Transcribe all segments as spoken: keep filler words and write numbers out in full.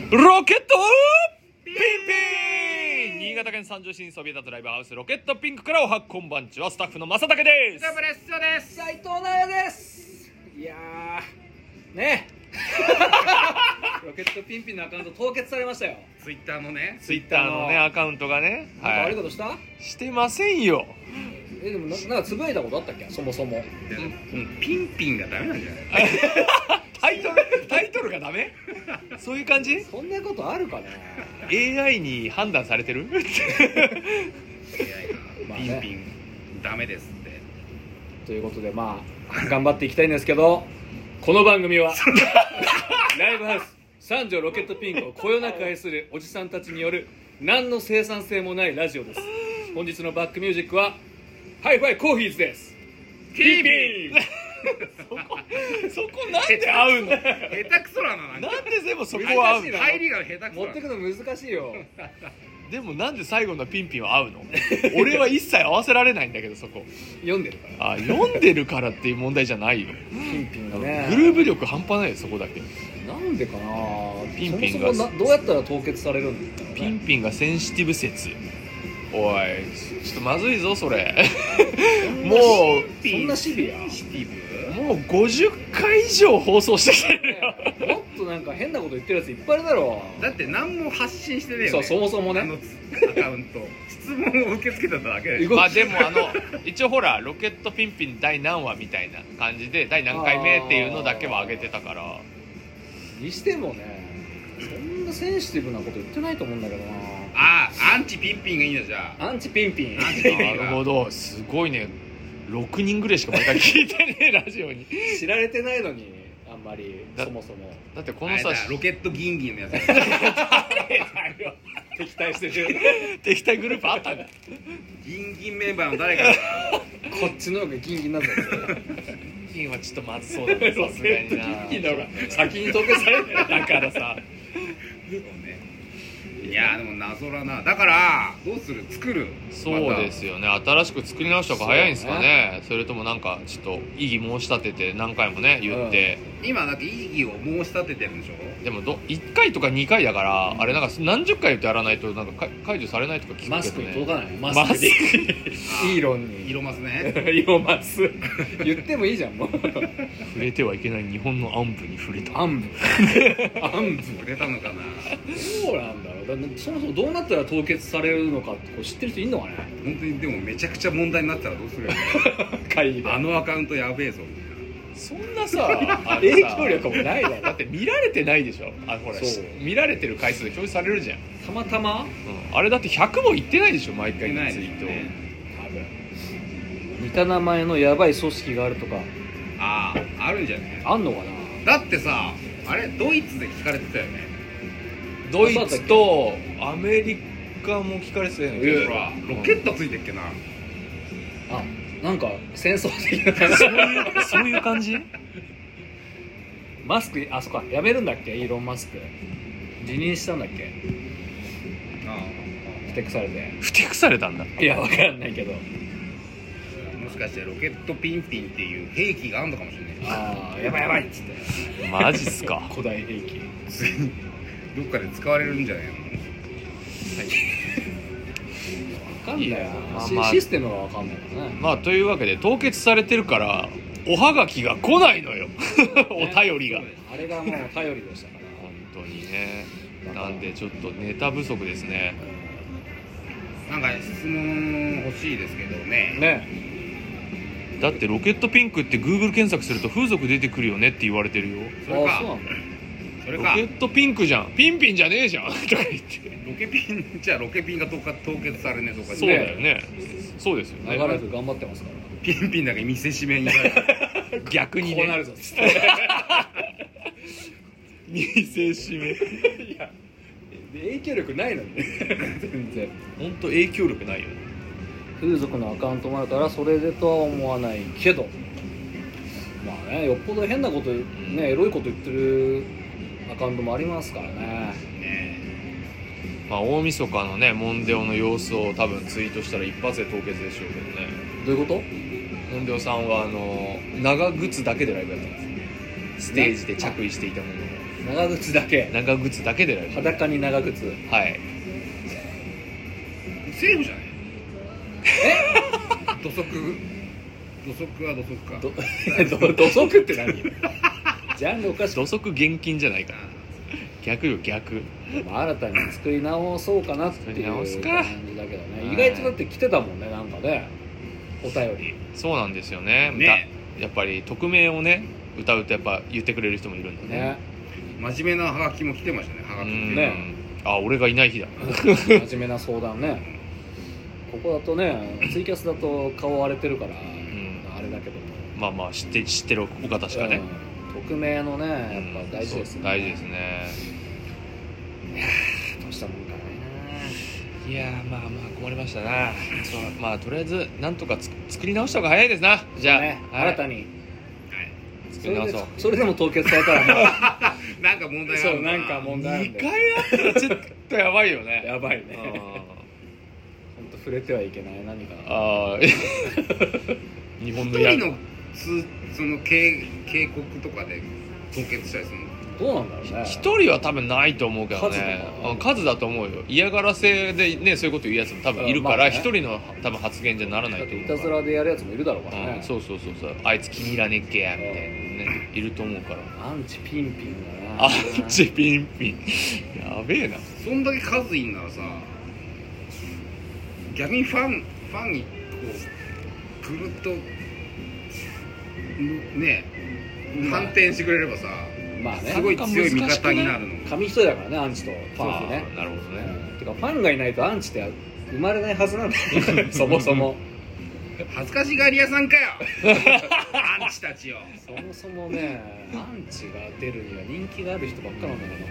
ロケットピンピン。新潟県三条市にそびえ立つライブハウスロケットピンクからおはこんばんちは、スタッフの正竹です。 ダブルエスです。 斉藤奈也です。いやーねロケットピンピンのアカウント凍結されましたよ。 ツイッターのねツイッターのねアカウントがね、 なんか悪いことした、 はい、してませんよ。 えでも な, なんかつぶやいたことあったっけ、そもそも。 うん、ピンピンがダメなんじゃないタイトルタイトルがダメそういう感じ。 そんなことあるかね。 エーアイ に判断されてるエーアイ がピンピンダメですってということで、まあ頑張っていきたいんですけど、この番組はライブハウス三条ロケットピンクをこよなく愛するおじさんたちによる何の生産性もないラジオです。本日のバックミュージックはハイファイコーヒーズです。 ピンピンそこそこなんで合うの。 下手くそなの。なんなんででもそこは合うの。 入りが下手くそ。 持ってくの難しいよ。 でもなんで最後のピンピンは合うの。俺は一切合わせられないんだけど、そこ読んでるから。 あ、読んでるからっていう問題じゃないよ。 ピンピンがね、 グルーヴ力半端ないよ、そこだけ。 なんでかな。 ピンピンがそもそもなどうやったら凍結されるんだろうね。 ピンピンがセンシティブ説。おいちょっとまずいぞそれ。もうそんなシビア。 もうごじゅっかい以上放送してきてるよ。 もっとなんか変なこと言ってるやついっぱいいるだろう。 だって何も発信してねえよね。 そう、そもそもね、 あのアカウント質問を受け付けただけで。 まあでもあの一応ほらロケットピンピン第何話みたいな感じで第何回目っていうのだけは上げてたから。 にしてもね、そんなセンシティブなこと言ってないと思うんだけどな。 ああ、アンチピンピンがいいんだ。じゃあアンチピンピン。 アンチピンピンなるほど、すごいね。ろくにんぐらいしか毎回聞いてねえラジオに。 知られてないのにあんまり。そもそもだってこのさロケットギンギンのやつ敵対してる敵対グループあったんだ。 ギンギンメンバーの誰かがこっちの方がギンギンなんだよ。 ギンはちょっとまずそうだね、さすがにな。 ギンの方が先に凍結されてる。 だからさいやでも謎だな。だからどうする、作る。 そうですよね、新しく作り直した方が早いんですかね。 そ, ねそれともなんかちょっと異議申し立てて何回もね言って、 うん、今だって異議を申し立ててるんでしょ。 でもどいっかいとかにかいだからあれなんか何十回ってやらないとなんか解除されないとか聞くけどね。 マスクに届かない。 マスクにイーロンに色ますね。 色ます言ってもいいじゃん。もう触れてはいけない日本の暗部に触れた。 暗部暗部触れたのかな。 どうなんだろう。だそもそもどうなったら凍結されるのかってこう知ってる人いんのかね。 本当にでもめちゃくちゃ問題になったらどうするよ会議であのアカウントやべえぞ。 そんなさ影響力もないだろ。 だって見られてないでしょ。あほら見られてる回数で表示されるじゃん。 たまたま、 うん、あれだってひゃくもいってないでしょ毎回のツイート、 ね、 多分似た名前のヤバい組織があるとか。 ああ、あるんじゃね。 あんのかな。 だってさ、あれドイツで聞かれてたよね。 ドイツとアメリカも聞かれてたよね。 ほらロケットついてっけな。 あ、なんか戦争的なそういうそういう感じ。 マスク、あ、そっか、やめるんだっけ、イーロン・マスク辞任したんだっけ。 ああ、 ふてくされて。 ふてくされたんだ。 いや、わかんないけど。 もしかしてロケットピンピンっていう兵器があるのかもしれない。 ああ、やばいやばいっつって。 マジっすか。 古代兵器。 どっかで使われるんじゃないの。 わかんないよ、 まあまあ、 システムがわかんないからね。 まあというわけで凍結されてるからおはがきが来ないのよ。お便りが、 ね、あれがもう頼りでしたから本当にね。なんでちょっとネタ不足ですね。 なんか質問欲しいですけどね。 ね。 だってロケットピンクって Google 検索すると風俗出てくるよねって言われてるよ。 それか。 あ、そうなんだ。 それか。 ロケットピンクじゃん、ピンピンじゃねえじゃんとか言って。 ロケピンじゃあロケピンが凍結されねえとか。 そうだよね。そうですよね。 長らく頑張ってますから。 ピンピンだけ見せしめに逆にね。 こうなるぞっつって見せしめ。 いや影響力ないのにね全然。 本当影響力ないよね。 風俗のアカウントもあるからそれでとは思わないけど、まあね、よっぽど変なことね、エロいこと言ってるアカウントもありますからね。 ね。 まあ大晦日のねモンデオの様子を多分ツイートしたら一発で凍結でしょうけどね。 どういうこと。 モンデオさんはあの長靴だけでライブやったんです。ステージで着衣していたものを長靴だけ、 長靴だけでられる。 裸に長靴。 はいセーフじゃないえ土足土足は土足かど土足って何ジャンルおかしい。 土足厳禁じゃないから。逆よ逆。 まあ新たに作り直そうかなっていう感じだけどね。意外とだって来てたもんね、なんかね、お便り。 そうなんですよね。 ねやっぱり匿名をね歌うとやっぱ言ってくれる人もいるんだね。 ね、 真面目なハガキも来てましたね。ハガキっていうねあ、俺がいない日だ。 真面目な相談ね。ここだとね、ツイキャスだと顔荒れてるから、 んあれだけども、 まあまあ知って知ってるお方しかね、 うん、匿名のねやっぱ大事ですよね。 大事ですね。 いやーどうしたもんかいやーまあまあ困りましたな。そうまあとりあえずなんとかつ作り直した方が早いですな。じゃあ、 ね、 はい新たに作り直そう。 それでも凍結されたらもうなんか問題があそうるなんか問題あるんにでかいあったらちょっとやばいよね。 やばいね。 うん本当触れてはいけない何か。 あー日本のや一人の通その警警告とかで凍結したりするの。 どうなんだろうね。 一人は多分ないと思うけどね。 数とかうん数だと思うよ。嫌がらせでねそういうこと言うやつも多分いるかまあねら一、人の多分発言じゃならないだってと思うから。 いたずらでやるやつもいるだろうからね。 うん、そうそうそうそう。あいつ気に入らねっけやみたいなねいると思うから。 アンチピンピンだな。 アンチピンピンやべえな。 そんだけ数いんならさ、逆にファンファンにこうぐるっとね反転してくれればさ、 まあね、 すごい強い味方になるの。 紙一重だからね、アンチとファンってね。 あーなるほどね。 うんてかファンがいないとアンチって生まれないはずなんだよそもそも恥ずかしがり屋さんかよアンチたちよ。 そもそもね、アンチが出るには人気がある人ばっかなんだから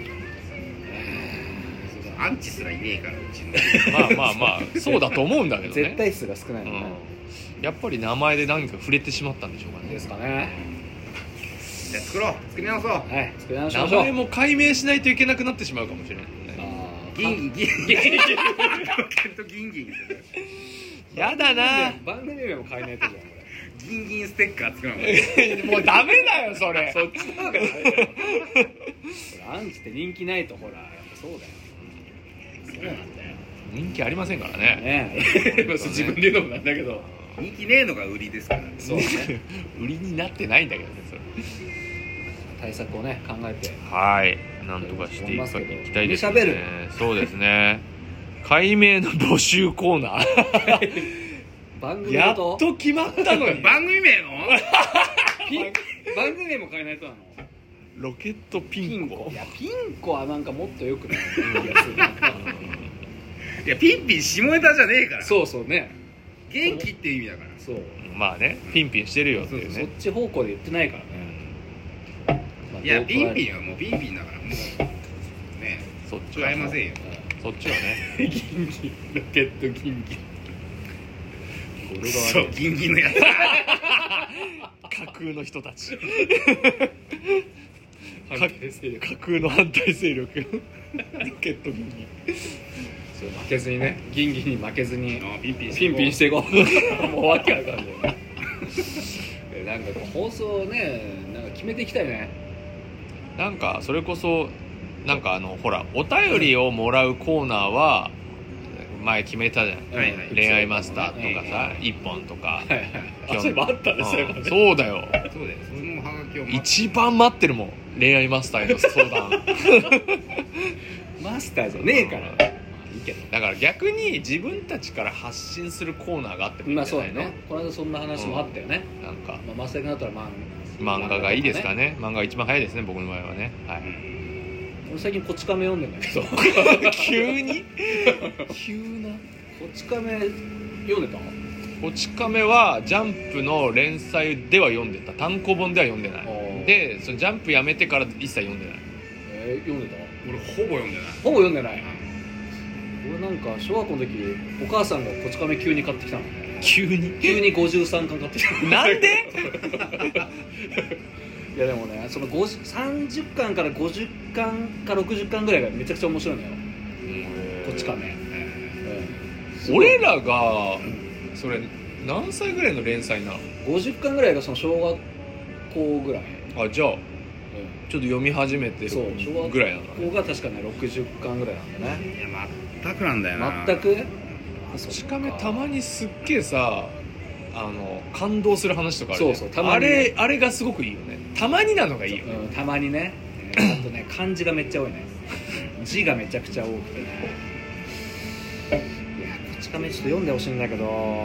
アンチすらいねえからうちのまあまあまあそうだと思うんだけどね。 絶対数が少ないのね、 うん、やっぱり名前で何か触れてしまったんでしょうかね。 ですかね。 じゃあ作ろう作り直そう。 はい、作り直しま名しょう。 前も解明しないといけなくなってしまうかもしれないね。 あーギンギンギンギンロケットギンギンやだな。 番組名も変えないとじゃんこギンギンステッカー作ろう。 もうダメだよそれ。 れそっちの方がダメだよほらアンチって人気ないとほらやっぱそうだよ。そうなんだよ人気ありませんからね。 ねえ自分で言うのもなんだけど、 人気ねえのが売りですから。 そうね売りになってないんだけどねそれ。 対策をね考えてはい、なんとかしていきたいですね。 喋るそうですね。解明の募集コーナー番組やっとと決まったのに。 番組名のピン番組名も変えないとなの。 ロケットピンコ。 いやピンコはなんかもっとよくない気がするいやピンピン下ネタじゃねえから。 そうそうね、 元気っていう意味だから。 そうまあね、ピンピンしてるよっていうそっね。 ち方向で言ってないからね、まあいやどうピンピ捉ンはもうピンピンだからもうねそっちは変えませんよ。 そっちはね。 えるギンギンロケットギンギンクソギンギンのやつ。 架空の人たち。 反対勢力架空の反対勢力。ロケットギンギン。 そう負けずにね、ギンギンに負けずにあピンピンピンピンしていこうもうわけわかんないえなんかこう放送ね、なんか決めていきたいね。 なんかそれこそなんかあのほらお便りをもらうコーナーは前決めたじゃん、 はいはい恋愛マスターとかさういっぽんとか、 はいはいあ、そういえばあったね、そういえばね。 そうだよ。 そうだよ。そのハガキを待って一番待ってるもん恋愛マスターへの相談マスターじゃねえから、まあいいけど。 だから逆に自分たちから発信するコーナーがあってもいいんまあじゃないの、 そうだね、この間そんな話もあったよね、 なんかまあ、マスターになったら、まあ、 漫画がいいですかね。漫画が一番早いですね僕の場合はね、はい、 俺最近こち亀読んでんだけど急に急なこち亀読んでた？ こち亀はジャンプの連載では読んでた。単行本では読んでなあーいで、そのジャンプやめてから一切読んでない。 えー、読んでた？ 俺ほぼ読んでない。 ほぼ読んでない。俺なんか小学校の時お母さんがこち亀急に買ってきたのね。 急に急にごじゅうさんかん買ってきたのなんでいやでもね、そのごじゅうさんじゅっかんからごじゅっかんかろくじゅっかんぐらいがめちゃくちゃ面白いのよ、こち亀。 俺らがそれ何歳ぐらいの連載なの？ ごじゅっかんぐらいがその小学校ぐらい、 あ、じゃあちょっと読み始めてるそうぐらいなのね。 ここが確かねろくじゅっかんぐらいなんだね。 いや全くなんだよな。 全くこち亀たまにすっげえさあの感動する話とかあるね。 そうそうたまにあれあれがすごくいいよね。たまになのがいいよね。 うん、たまにねあとね漢字がめっちゃ多いね字がめちゃくちゃ多くてね。いやこち亀ちょっと読んでほしいんだけど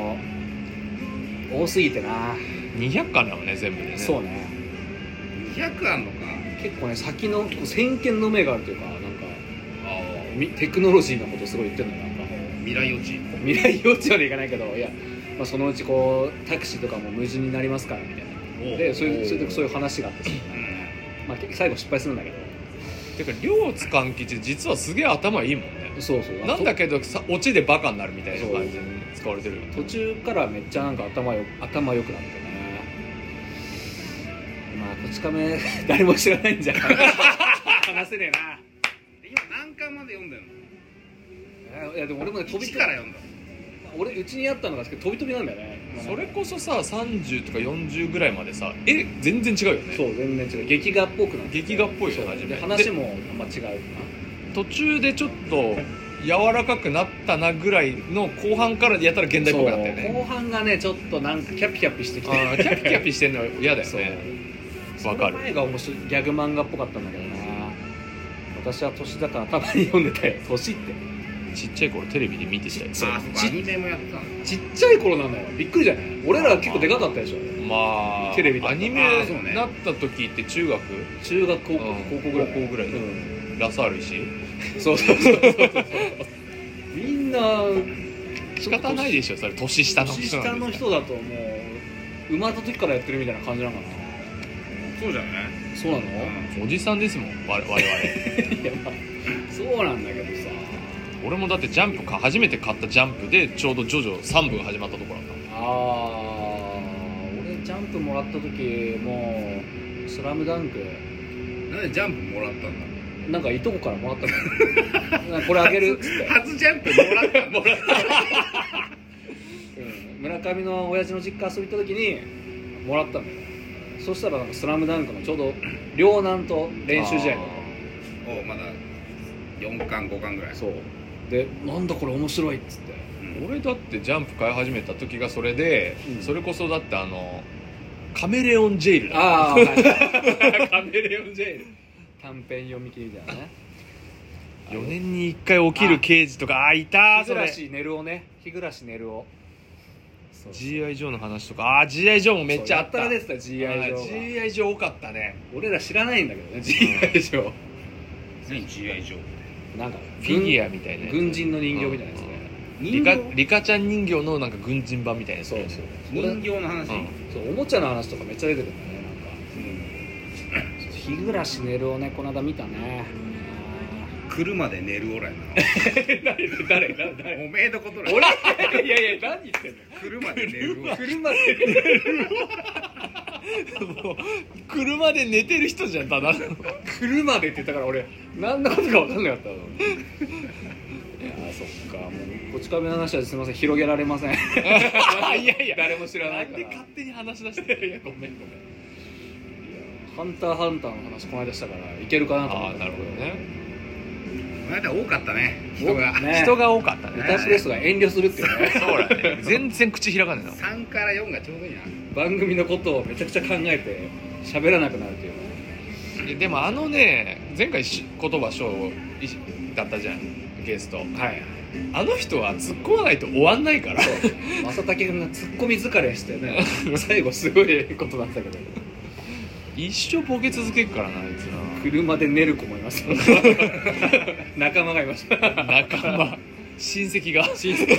多すぎてな。 にひゃっかんだもんね全部でね。 そうねにひゃくあんのか。 結構ね先の先見の明があるというかなんかみテクノロジーのことすごい言ってるのよ。なんか未来予知。 未来予知までいかないけどいや、まあ、そのうちこうタクシーとかも無人になりますからみたいなでそれそれでそういう話があってさ、まあ、最後失敗するんだけどてか両津勘吉実はすげえ頭いいもんね。 そうそうなんだけどさオチでバカになるみたいな感じに使われてるよね。 途中からめっちゃなんか頭よ頭良くなってね。まあこち亀誰も知らないんじゃん話せねえな。 今何巻まで読んでんの？ いやでも俺もね飛びいちから読んだ。 俺うちにあったのが飛び飛びなんだよね。 それこそささんじゅうとかよんじゅうぐらいまでさえ全然違うよね。 そう全然違う劇画っぽくなって劇画っぽいよね。 で話もまあ違うかな。 途中でちょっと柔らかくなったなぐらいの後半からやったら現代っぽくなったよね。 後半がねちょっとなんかキャピキャピしてきてあキャピキャピしてんの嫌だよね。わかる。 その前が面白いギャグ漫画っぽかったんだけどな。私は年だからたまに読んでたよ。年ってちっちゃい頃テレビで見てたよ。 ああそうかアニメもやってたの。 ちっちゃい頃なんだよ。びっくりじゃない？俺ら結構でかかったでしょ。 まあテレビだったアニメあそうねなった時って中学中学高校、 うん高校ぐらい高校ぐらいでうんラサール石そうそうそうそうそうみんな仕方ないでしょそれ年下の年人なんですか下の人だともう生まれた時からやってるみたいな感じなのかな。 そうじゃない。 そうなの？ おじさんですもん我々 いやまあそうなんだけどさ。 俺もだってジャンプか初めて買ったジャンプでちょうどジョジョさんぶん始まったところだったああ俺ジャンプもらった時もうスラムダンクなんでジャンプもらったんだ。 なんかいとこからもらったのなんかこれあげるっつって初ジャンプもらったんだ。 うん村上の親父の実家遊び行った時にもらったんだよ。そしたらなんかスラムダンクのちょうど両南と練習試合のおまだよんかんごかんぐらい。 そうでなんだこれ面白いっつって、 うん、 俺だってジャンプ買い始めた時がそれで、 うん、 それこそだってあのカメレオンジェイルだああカメレオンジェイル短編読み切りみたいなねよねんにいっかい起きる刑事とかあいたそれ日暮寝るをね日暮寝るをジーアイ ジョーの話とかああ ジーアイ ジョーもめっちゃあったそうやたら出てた ジーアイ ジョーがジーアイ ジョー多かったね。 俺ら知らないんだけどね ジーアイ ジョー何 ジーアイ ジョーってなんかフィギュアみたいなやつ軍人の人形みたいなやつね、 リカリカちゃん人形のなんか軍人版みたいなやつそうそう人形の話、 うんそうおもちゃの話とかめっちゃ出てくるんだねなんか、うん、日暮寝るをねこの間見たね来るまで寝るオラやな誰誰誰誰おめえのことだ。 俺いやいや何言ってんの来るまで寝るオ車で寝るもう車で寝てる人じゃんただの車でって言ったから俺何のことか分かんなかったのいやそっかもうこち亀の話はすみません広げられませんいやいや誰も知らないなんからで勝手に話し出してるいやごめんごめんハンターハンターの話この間したからいけるかなと思ったああなるほどね。 この間多かったね人が、 ね人が多かったね。 歌プレスが遠慮するっていうねそうだね。全然口開かねえな。 さんからよんがちょうどいいな。 番組のことをめちゃくちゃ考えて喋らなくなるっていうねいやでもあのね前回し言葉賞だったじゃんゲスト。 はいあの人は突っ込まないと終わんないから。 正竹君がツッコミ疲れしてね最後すごいことだったけど一生ボケ続けるからなあいつな。 車で寝る子もいます仲間がいました仲間親戚が親戚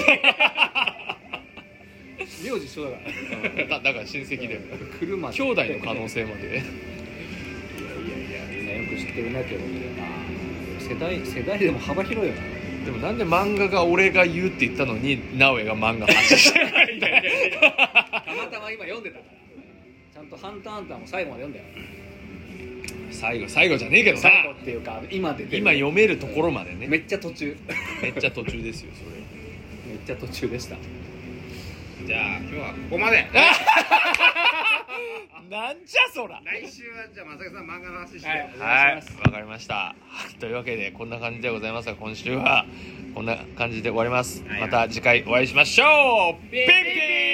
名字一緒だからだだから親戚で車兄弟の可能性まで。 いやいやいやみんなよく知ってるなってことでまあ世代世代でも幅広いよな。 でもなんで漫画が俺が言うって言ったのに直江が漫画発信してるいやいやいやたまたま今読んでたからちゃんとハンターハンターも最後まで読んだよ。 最後最後じゃねえけどさ最後っていうか今出てる今読めるところまでねめっちゃ途中めっちゃ途中ですよそれ。 めっちゃ途中でした。 じゃあ今日はここまでなんじゃそら。 来週はじゃあ正木さん漫画の話して、 はいはい、わかりました。はいというわけでこんな感じでございますが、今週はこんな感じで終わります。 はいまた次回お会いしましょう。ピンピン。